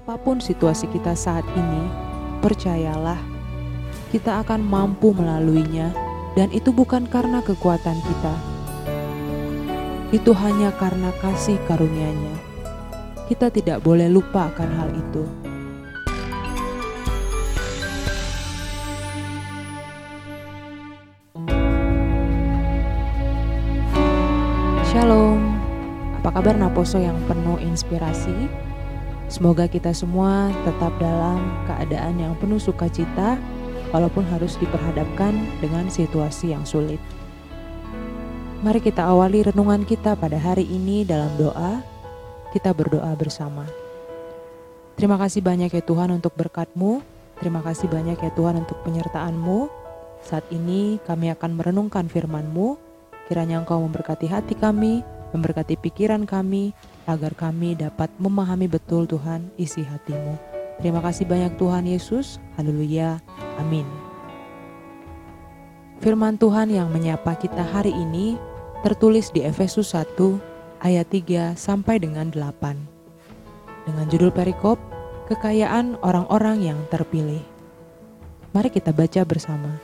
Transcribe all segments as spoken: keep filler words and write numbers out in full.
Apapun situasi kita saat ini, percayalah, kita akan mampu melaluinya, dan itu bukan karena kekuatan kita. Itu hanya karena kasih karunia-Nya. Kita tidak boleh lupa akan hal itu. Shalom, apa kabar Naposo yang penuh inspirasi? Semoga kita semua tetap dalam keadaan yang penuh sukacita, walaupun harus diperhadapkan dengan situasi yang sulit. Mari kita awali renungan kita pada hari ini dalam doa. Kita berdoa bersama. Terima kasih banyak ya Tuhan untuk berkat-Mu. Terima kasih banyak ya Tuhan untuk penyertaan-Mu. Saat ini kami akan merenungkan firman-Mu. Kiranya Engkau memberkati hati kami, memberkati pikiran kami, agar kami dapat memahami betul Tuhan isi hati-Mu. Terima kasih banyak Tuhan Yesus. Haleluya. Amin. Firman Tuhan yang menyapa kita hari ini tertulis di Efesus satu ayat tiga sampai dengan delapan. Dengan judul perikop, kekayaan orang-orang yang terpilih. Mari kita baca bersama.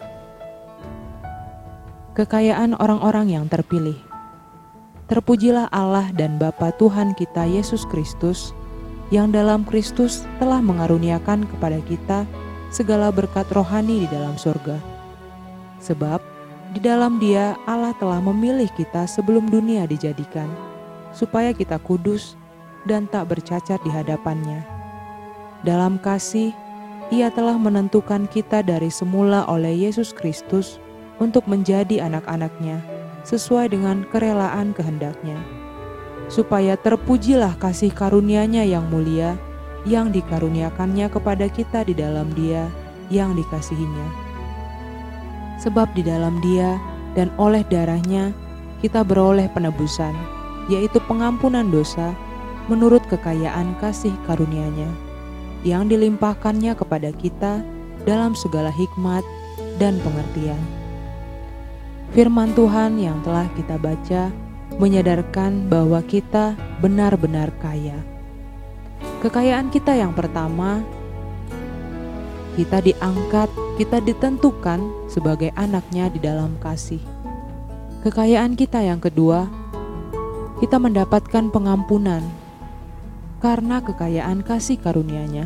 Kekayaan orang-orang yang terpilih. Terpujilah Allah dan Bapa Tuhan kita Yesus Kristus, yang dalam Kristus telah mengaruniakan kepada kita segala berkat rohani di dalam surga. Sebab di dalam Dia Allah telah memilih kita sebelum dunia dijadikan, supaya kita kudus dan tak bercacat di hadapan-Nya. Dalam kasih, Ia telah menentukan kita dari semula oleh Yesus Kristus untuk menjadi anak-anak-Nya, sesuai dengan kerelaan kehendak-Nya, supaya terpujilah kasih karunia-Nya yang mulia, yang dikaruniakannya kepada kita di dalam Dia yang dikasihinya. Sebab di dalam Dia dan oleh darah-Nya kita beroleh penebusan, yaitu pengampunan dosa, menurut kekayaan kasih karunia-Nya, yang dilimpahkannya kepada kita dalam segala hikmat dan pengertian. Firman Tuhan yang telah kita baca menyadarkan bahwa kita benar-benar kaya. Kekayaan kita yang pertama, kita diangkat, kita ditentukan sebagai anak-Nya di dalam kasih. Kekayaan kita yang kedua, kita mendapatkan pengampunan karena kekayaan kasih karunia-Nya.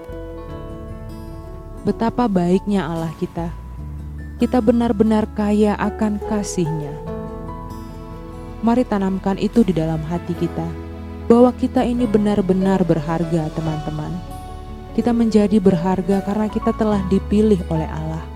Betapa baiknya Allah kita. Kita benar-benar kaya akan kasih-Nya. Mari tanamkan itu di dalam hati kita, bahwa kita ini benar-benar berharga, teman-teman. Kita menjadi berharga karena kita telah dipilih oleh Allah.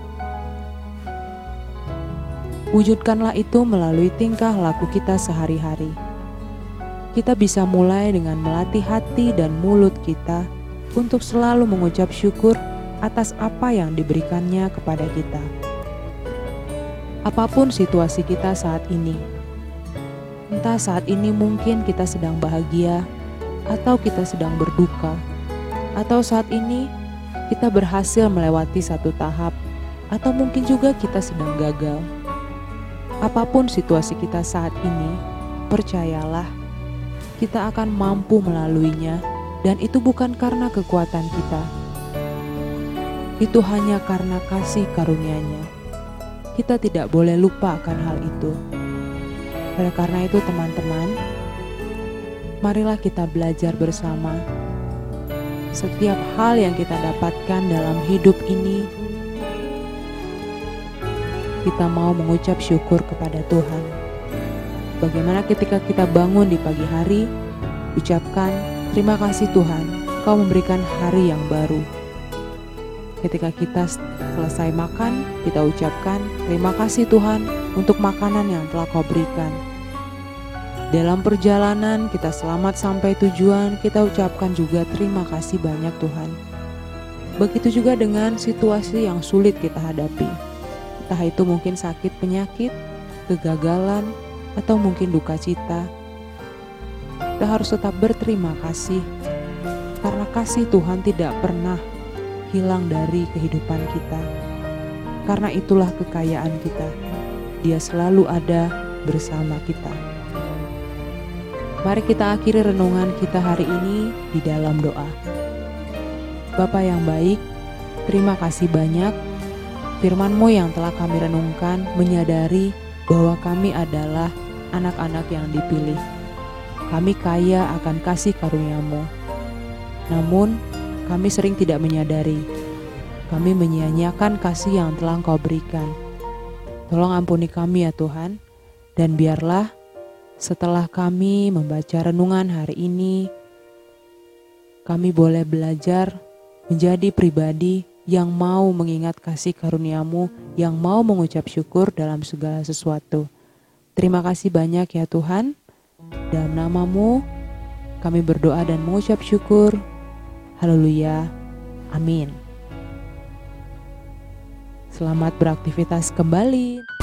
Wujudkanlah itu melalui tingkah laku kita sehari-hari. Kita bisa mulai dengan melatih hati dan mulut kita untuk selalu mengucap syukur atas apa yang diberikannya kepada kita. Apapun situasi kita saat ini, entah saat ini mungkin kita sedang bahagia, atau kita sedang berduka, atau saat ini kita berhasil melewati satu tahap, atau mungkin juga kita sedang gagal. Apapun situasi kita saat ini, percayalah, kita akan mampu melaluinya, dan itu bukan karena kekuatan kita. Itu hanya karena kasih karunia-Nya. Kita tidak boleh lupa akan hal itu. Oleh karena itu teman-teman, marilah kita belajar bersama. Setiap hal yang kita dapatkan dalam hidup ini, kita mau mengucap syukur kepada Tuhan. Bagaimana ketika kita bangun di pagi hari, ucapkan, terima kasih Tuhan, Kau memberikan hari yang baru. Ketika kita selesai makan, kita ucapkan, terima kasih Tuhan untuk makanan yang telah Kau berikan. Dalam perjalanan kita selamat sampai tujuan, kita ucapkan juga terima kasih banyak Tuhan. Begitu juga dengan situasi yang sulit kita hadapi. Entah itu mungkin sakit penyakit, kegagalan, atau mungkin duka cita. Kita harus tetap berterima kasih, karena kasih Tuhan tidak pernah hilang dari kehidupan kita. Karena itulah kekayaan kita. Dia selalu ada bersama kita. Mari kita akhiri renungan kita hari ini di dalam doa. Bapa yang baik, terima kasih banyak firman-Mu yang telah kami renungkan menyadari bahwa kami adalah anak-anak yang dipilih. Kami kaya akan kasih karunia-Mu. Namun, kami sering tidak menyadari. Kami menyia-nyiakan kasih yang telah Engkau berikan. Tolong ampuni kami ya Tuhan, dan biarlah setelah kami membaca renungan hari ini, kami boleh belajar menjadi pribadi yang mau mengingat kasih karunia-Mu, yang mau mengucap syukur dalam segala sesuatu. Terima kasih banyak ya Tuhan. Dalam nama-Mu kami berdoa dan mengucap syukur. Haleluya. Amin. Selamat beraktivitas kembali.